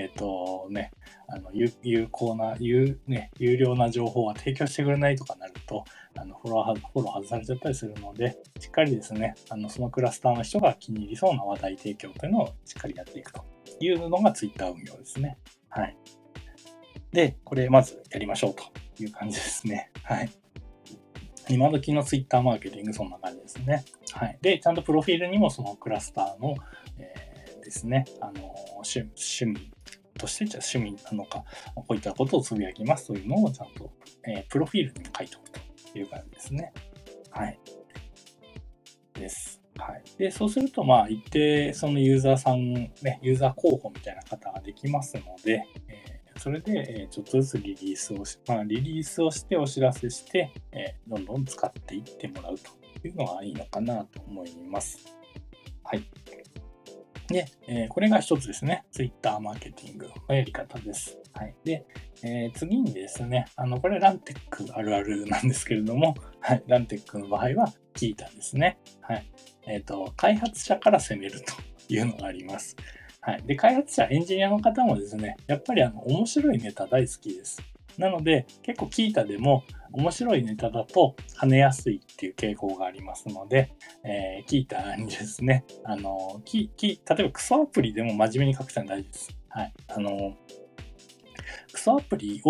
有効な、有料な情報は提供してくれないとかなると、フォロー外されちゃったりするので、しっかりですね、そのクラスターの人が気に入りそうな話題提供というのをしっかりやっていくというのが Twitter 運用ですね。はい。で、これまずやりましょうという感じですね。はい。今時の Twitter マーケティング、そんな感じですね。はい。で、ちゃんとプロフィールにもそのクラスターの、ですね、趣味として、じゃあ趣味なのか、こういったことをつぶやきますというのをちゃんと、プロフィールにも書いておくという感じですね。はい。です。はい。で、そうすると、一定そのユーザーさん、ね、ユーザー候補みたいな方ができますので、それで、ちょっとずつリリースをしてお知らせして、どんどん使っていってもらうというのがいいのかなと思います。はい。で、これが一つですね。Twitter マーケティングのやり方です。はい。で、次にですね、これランテックあるあるなんですけれども、はい。ランテックの場合はキータですね。はい。開発者から攻めるというのがあります。はい。で、開発者、エンジニアの方もですね、やっぱり面白いネタ大好きです。なので、結構キータでも面白いネタだと跳ねやすいっていう傾向がありますので、キータにですね、例えばクソアプリでも真面目に書くのは大事です。はい。クソアプリを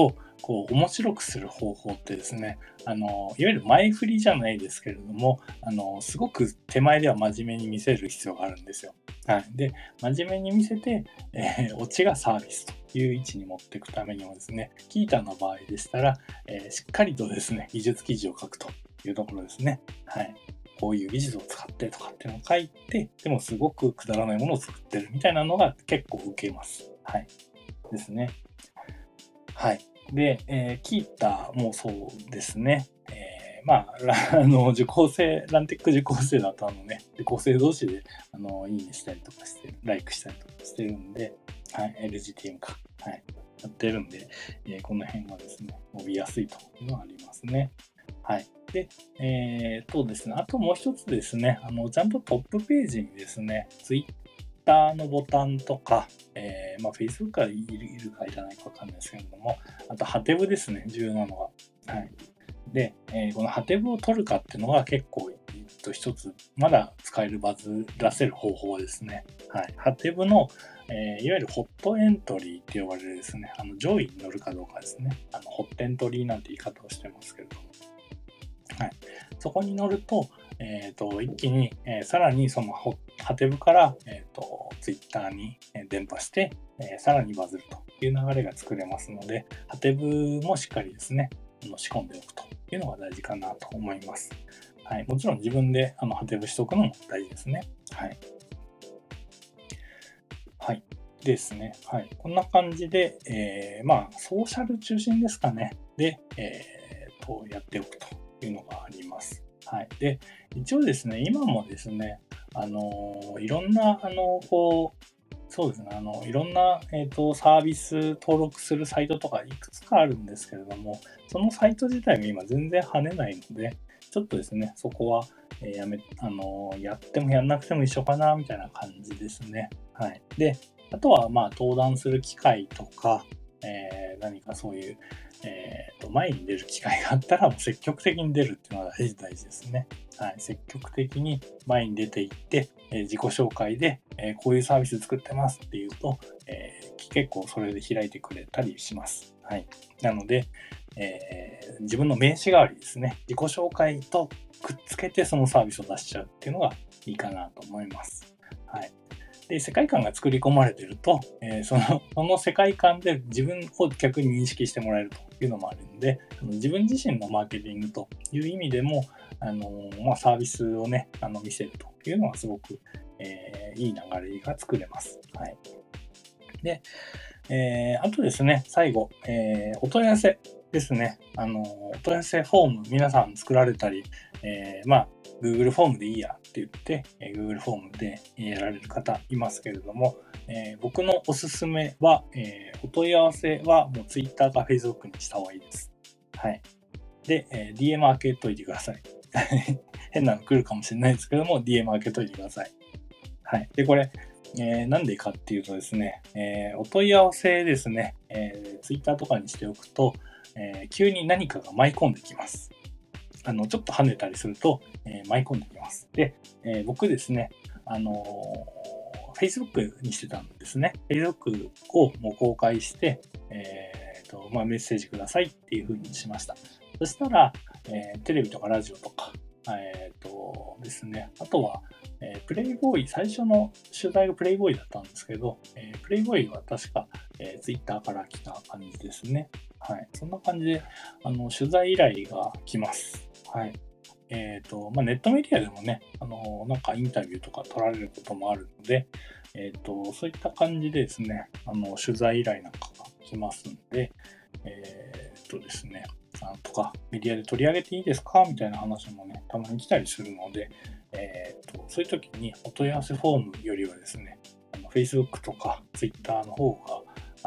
こう面白くする方法ってですね、いわゆる前振りじゃないですけれども、すごく手前では真面目に見せる必要があるんですよ。はい。で、真面目に見せて、オチがサービスという位置に持っていくためにもですね、キータの場合でしたら、しっかりとですね、技術記事を書くというところですね。はい。こういう技術を使ってとかっていうのを書いて、でもすごくくだらないものを作ってるみたいなのが結構受けます。はい。ですね。はい。で、キータもそうですね。まあ、受講生、ランテック受講生だと受講生同士で、いいねしたりとかして、ライクしたりとかしてるんで、はい、LGTM か。はい。やってるんで、この辺はですね、伸びやすいというのはありますね。はい。で、ですね、あともう一つですね、ちゃんとトップページにですね、Twitter のボタンとか、Facebook はいるかいらないかわかんないですけれども、あと、ハテブですね、重要なのが。はい。で、このハテブを取るかっていうのが結構、一つ、まだ使えるバズらせる方法ですね。はい。ハテブの、いわゆるホットエントリーって呼ばれるですね、上位に乗るかどうかですね。ホットエントリーなんて言い方をしてますけれども。はい。そこに乗ると、一気に、さらにそのハテブから、Twitter に伝播して、さらにバズるという流れが作れますので、ハテブもしっかりですね、仕込んでおくというのが大事かなと思います。はい。もちろん自分でハテブしておくのも大事ですね。はい。はい。ですね。はい。こんな感じで、ソーシャル中心ですかね。で、やっておくというのがあります。はい。で、一応ですね、今もですね、いろんな、そうですね、いろんな、サービス登録するサイトとかいくつかあるんですけれども、そのサイト自体が今全然跳ねないので、ちょっとですね、そこは、やってもやんなくても一緒かな、みたいな感じですね。はい。で、あとは、登壇する機会とか、何かそういう、前に出る機会があったら、もう積極的に出るっていうのが大事ですね。はい。積極的に前に出ていって、自己紹介で、こういうサービス作ってますっていうと、結構それで開いてくれたりします。はい。なので、自分の名刺代わりですね。自己紹介とくっつけてそのサービスを出しちゃうっていうのがいいかなと思います。はい。で、世界観が作り込まれていると、その世界観で自分を逆に認識してもらえるというのもあるので、自分自身のマーケティングという意味でも、サービスをね、見せるというのはすごく、いい流れが作れます。はい。で、あとですね、最後、お問い合わせですね。お問い合わせフォーム、皆さん作られたり、Google フォームでいいやって言って、Google フォームでやられる方いますけれども、僕のおすすめは、お問い合わせはもう Twitter か Facebook にした方がいいです。はい。で、DM 開けといてください。変なの来るかもしれないですけども、DM 開けといてください。はい。で、これ、なんでかっていうとですね、お問い合わせですね、Twitter とかにしておくと、急に何かが舞い込んできます。ちょっと跳ねたりすると、舞い込んできます。で、僕ですね、Facebook にしてたんですね。Facebook をもう公開して、メッセージくださいっていう風にしました。そしたら、テレビとかラジオとか、ですね、あとは、プレイボーイ、最初の取材がプレイボーイだったんですけど、プレイボーイは確か、Twitter から来た感じですね。はい。そんな感じで、取材依頼が来ます。はい。ネットメディアでもね、なんかインタビューとか取られることもあるので、そういった感じでですね、取材依頼なんかが来ますんで、ですね、とか、メディアで取り上げていいですかみたいな話もね、たまに来たりするので、そういう時にお問い合わせフォームよりはですね、Facebook とか Twitter の方が、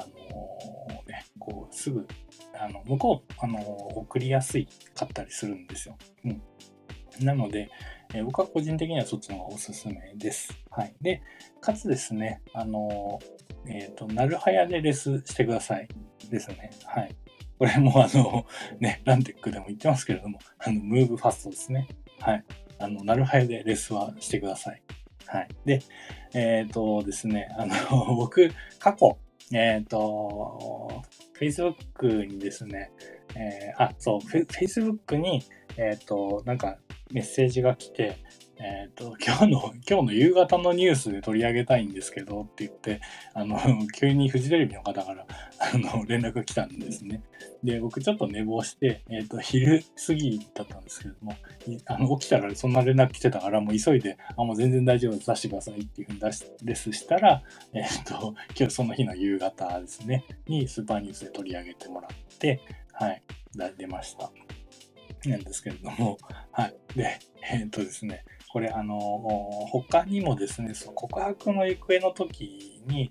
すぐ、向こう、送りやすかったりするんですよ。うん。なので、僕は個人的にはそっちの方がおすすめです。はい。で、かつですね、なるはやでレスしてください。ですね。はい。これもランテックでも言ってますけれども、ムーブファストですね。はい。なるはやでレスはしてください。はい。で、ですね、僕、過去、 Facebook にですね、Facebook に、なんかメッセージが来て、今日の夕方のニュースで取り上げたいんですけどって言って、急にフジテレビの方から連絡が来たんですね。で、僕ちょっと寝坊して、昼過ぎだったんですけれども、起きたらそんな連絡来てたから、もう急いで、もう全然大丈夫です、出してくださいっていうふうにレスしたら、今日その日の夕方ですね、にスーパーニュースで取り上げてもらって、はい、出ました。なんですけれども、はい。で、ですね、これ他にもですね、その告白の行方の時に、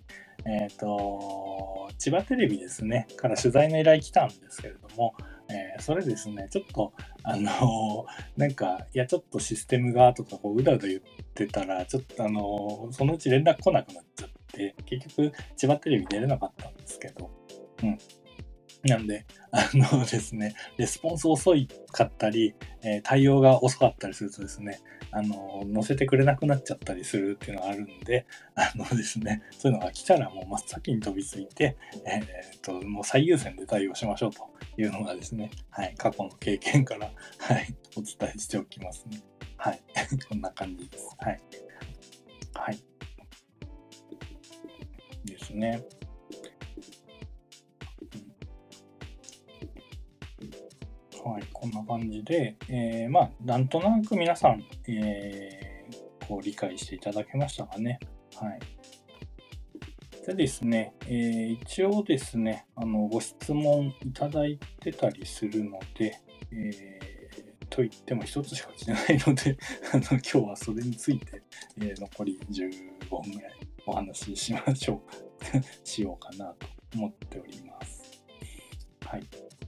千葉テレビですね、から取材の依頼来たんですけれども、それですね、ちょっと、なんか、いや、ちょっとシステムがとか、こう、うだうだ言ってたら、ちょっと、そのうち連絡来なくなっちゃって、結局、千葉テレビ出れなかったんですけど、なんで、ですね、レスポンス遅かったり、対応が遅かったりするとですね、載せてくれなくなっちゃったりするっていうのがあるんで、ですね、そういうのが来たらもう真っ先に飛びついて、もう最優先で対応しましょうというのがですね、はい、過去の経験から、はい、お伝えしておきますね。はい、こんな感じです。はい。はい。ですね。はい、こんな感じで、なんとなく皆さん、こう理解していただけましたかね。はい。でですね、一応ですね、ご質問いただいてたりするので、と言っても一つしか来てないので、今日はそれについて、残り15分ぐらいお話ししましょう、しようかなと思っております。はい。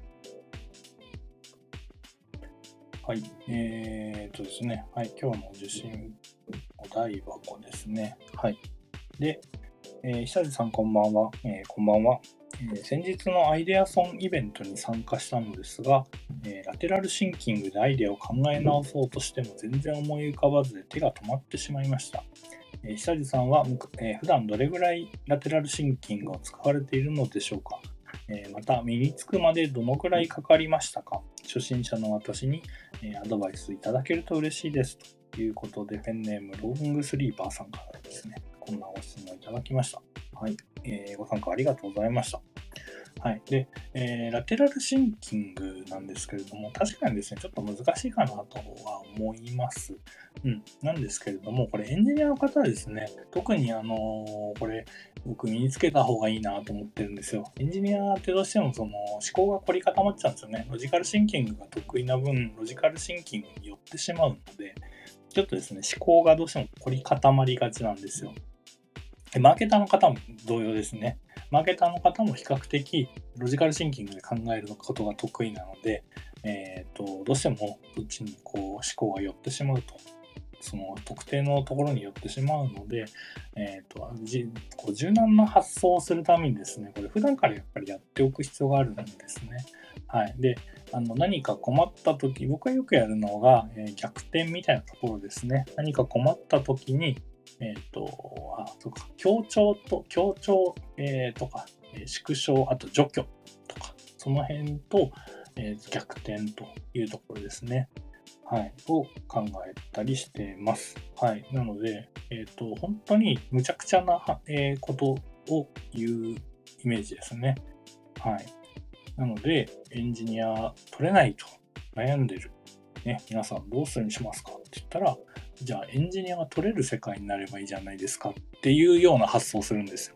はい、ですね、はい、今日の受信お題箱ですね。はい。で、久地さんこんばんは。こんばんは。先日のアイデアソンイベントに参加したのですが、ラテラルシンキングでアイデアを考え直そうとしても全然思い浮かばずで手が止まってしまいました。久地さんは、普段どれぐらいラテラルシンキングを使われているのでしょうか。また身につくまでどのくらいかかりましたか。初心者の私に、アドバイスいただけると嬉しいですということで、ペンネームロングスリーパーさんからですね、こんなご質問いただきました。はい、ご参加ありがとうございました。はい。で、ラテラルシンキングなんですけれども、確かにですね、ちょっと難しいかなとは思います。なんですけれども、これエンジニアの方はですね、特にこれ、僕身につけた方がいいなと思ってるんですよ。エンジニアってどうしてもその思考が凝り固まっちゃうんですよね。ロジカルシンキングが得意な分、ロジカルシンキングに寄ってしまうので、ちょっとですね、思考がどうしても凝り固まりがちなんですよ。マーケターの方も同様ですね。マーケターの方も比較的ロジカルシンキングで考えることが得意なので、どうしてもそっちにこう思考が寄ってしまうと。その特定のところに寄ってしまうので、こう柔軟な発想をするためにですね、これ普段からやっぱりやっておく必要があるんですね。はい。で、何か困った時、僕がよくやるのが、逆転みたいなところですね。何か困った時に、そうか、強調、とか、縮小、あと除去とか、その辺と、逆転というところですね。はい、を考えたりしてます。はい。なので、本当に無茶苦茶な、ことを言うイメージですね。はい。なので、エンジニア取れないと悩んでる。ね、皆さんどうするにしますかって言ったら、じゃあエンジニアが取れる世界になればいいじゃないですかっていうような発想をするんですよ。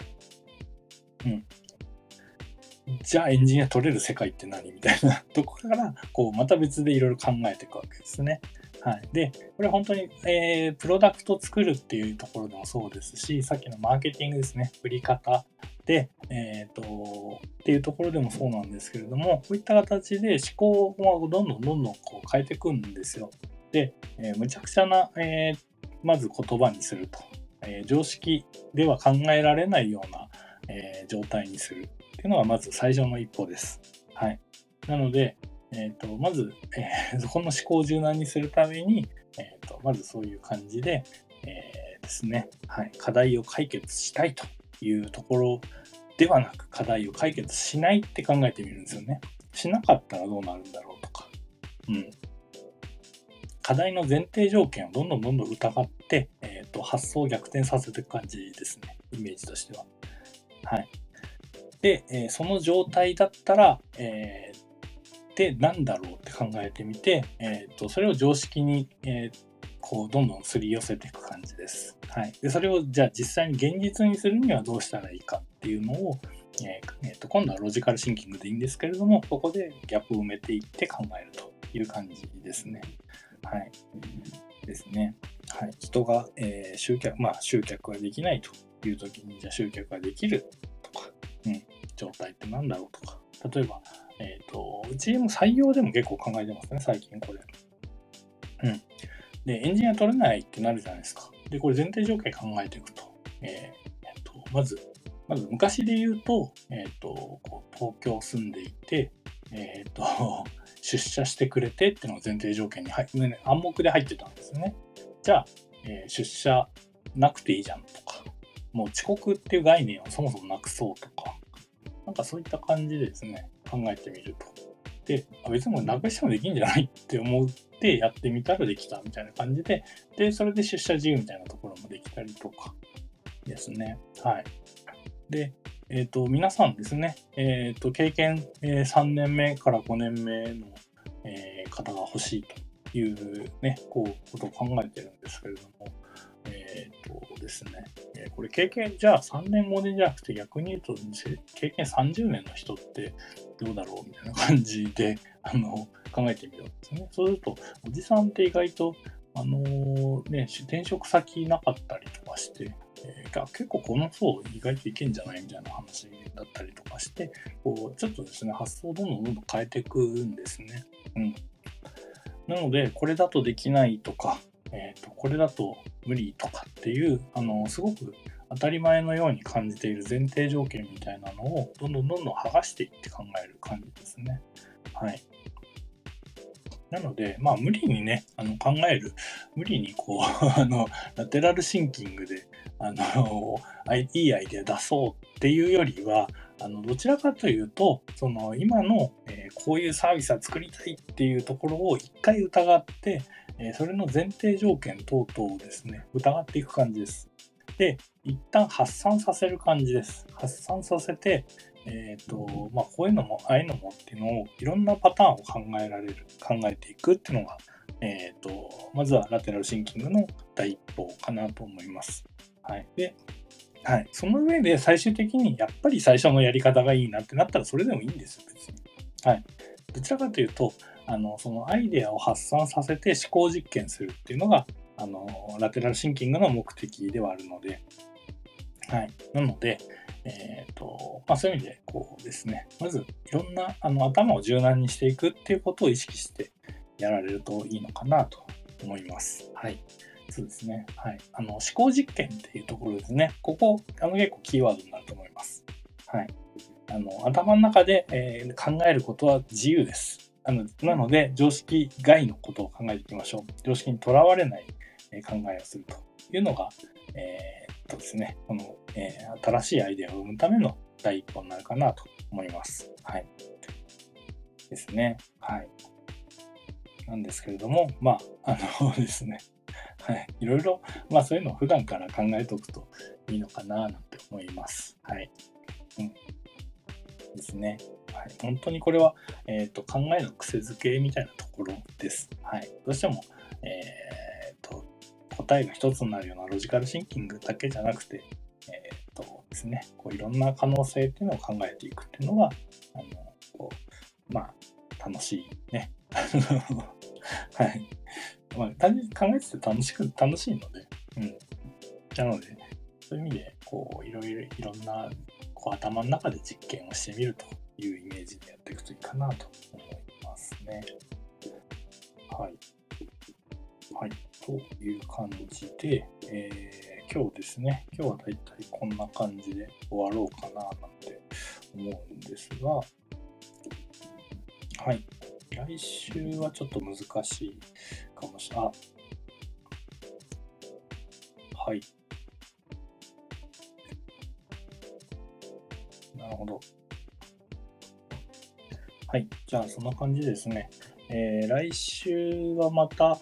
じゃあエンジニア取れる世界って何みたいなとこからこうまた別でいろいろ考えていくわけですね。はい、でこれ本当に、プロダクトを作るっていうところでもそうですし、さっきのマーケティングですね、売り方で、っていうところでもそうなんですけれども、こういった形で思考をどんどんこう変えていくんですよ。で、むちゃくちゃな、まず言葉にすると、常識では考えられないような、状態にするっていうのがまず最初の一歩です。はい。なので、まず、そこの思考を柔軟にするために、まずそういう感じで、ですね、はい、課題を解決したいというところではなく課題を解決しないって考えてみるんですよね。しなかったらどうなるんだろうとか、課題の前提条件をどんどん疑って、発想を逆転させていく感じですね、イメージとしては。はい。で、その状態だったら、で、なんだろうって考えてみて、それを常識に、こうどんどんすり寄せていく感じです。はい。で、それをじゃあ実際に現実にするにはどうしたらいいかっていうのを、今度はロジカルシンキングでいいんですけれども、ここでギャップを埋めていって考えるという感じですね。はい。ですね。はい。人が、集客ができないという時に、じゃあ集客ができるとか、状態ってなんだろうとか、例えば、うちも採用でも結構考えてますね、最近これ。で、エンジニア取れないってなるじゃないですか。で、これ前提条件考えていくと、まず昔で言うと、東京住んでいて、出社してくれてっていうのが前提条件に暗黙で入ってたんですよね。じゃあ、出社なくていいじゃんとか、もう遅刻っていう概念をそもそもなくそうとか、なんかそういった感じでですね、考えてみると。で、別にもうなくしてもできんじゃないって思ってやってみたらできたみたいな感じで、で、それで出社自由みたいなところもできたりとかですね。はい。で、皆さんですね、経験、3年目から5年目の、方が欲しいというね、ことを考えてるんですけれども、ですね、これ経験、じゃあ3年5年じゃなくて逆に言うと、経験30年の人ってどうだろうみたいな感じで、考えてみようんですね。そうすると、おじさんって意外と、転職先なかったりとかして、結構この層意外といけんじゃないみたいな話だったりとかして、ちょっとですね、発想をどんどん変えていくんですね。なので、これだとできないとか、これだと無理とかっていう、すごく当たり前のように感じている前提条件みたいなのをどんどん剥がしていって考える感じですね。はい。なので、無理にね、無理にラテラルシンキングで、いいアイデア出そうっていうよりは、どちらかというと、今の、こういうサービスは作りたいっていうところを一回疑って、それの前提条件等々をですね、疑っていく感じです。で、一旦発散させる感じです。発散させて、こういうのも、ああいうのもっていうのを、いろんなパターンを考えていくっていうのが、まずはラテラルシンキングの第一歩かなと思います。はい。で、はい。その上で最終的にやっぱり最初のやり方がいいなってなったらそれでもいいんですよ、別に。はい。どちらかというと、そのアイデアを発散させて思考実験するっていうのが、ラテラルシンキングの目的ではあるので、はい。なので、そういう意味で、こうですね、まずいろんな頭を柔軟にしていくっていうことを意識してやられるといいのかなと思います。はい。そうですね。はい。思考実験っていうところですね。ここ、結構キーワードになると思います。はい。頭の中で、考えることは自由です。なので、常識外のことを考えていきましょう。常識にとらわれない、考えをするというのが、ですね、新しいアイデアを生むための第一歩になるかなと思います。はい。ですね。はい。なんですけれども、ですね。はい。いろいろ、そういうのを普段から考えておくといいのかななんて思います。はい。ですね。はい。本当にこれは、考えの癖づけみたいなところです。はい。どうしても、答えが一つになるようなロジカルシンキングだけじゃなくて、ですね、いろんな可能性っていうのを考えていくっていうのが、楽しいね。はい。単純に考えてて楽しいので、なので、そういう意味で、いろんな、頭の中で実験をしてみるというイメージでやっていくといいかなと思いますね。はい。はい。という感じで、今日ですね、今日はだいたいこんな感じで終わろうかななんて思うんですが、はい。来週はちょっと難しいかもしれない。はい。 なるほど。はい。じゃあ、そんな感じですね。来週はまた、はい。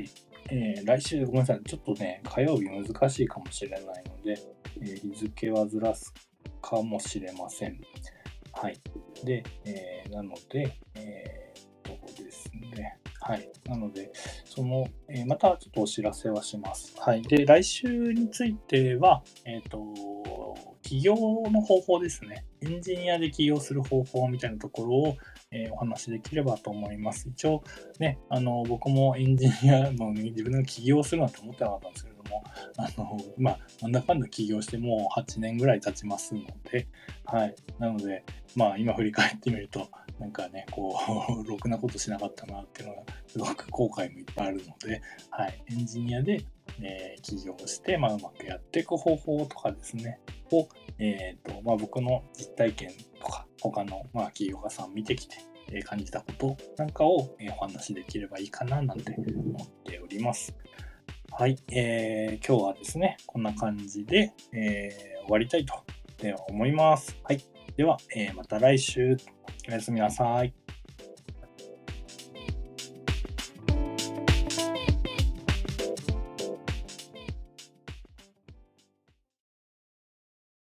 来週、ごめんなさい。ちょっとね、火曜日難しいかもしれないので、日付はずらすかもしれません。はい。で、なので、ですね。はい。なので、またちょっとお知らせはします。はい。で、来週については、起業の方法ですね。エンジニアで起業する方法みたいなところを、お話しできればと思います。一応ね、僕もエンジニアの自分が起業するなんて思ってなかったんですけれども、なんだかんだ起業してもう8年ぐらい経ちますので、はい。なので、今振り返ってみると、なんかね、ろくなことしなかったなっていうのが、すごく後悔もいっぱいあるので、はい。エンジニアで、起業して、うまくやっていく方法とかですね、を、僕の実体験とか、他の、起業家さん見てきて、感じたことなんかを、お話しできればいいかななんて思っております。はい、今日はですね、こんな感じで、終わりたいと思います。はい。では、また来週、おやすみなさい。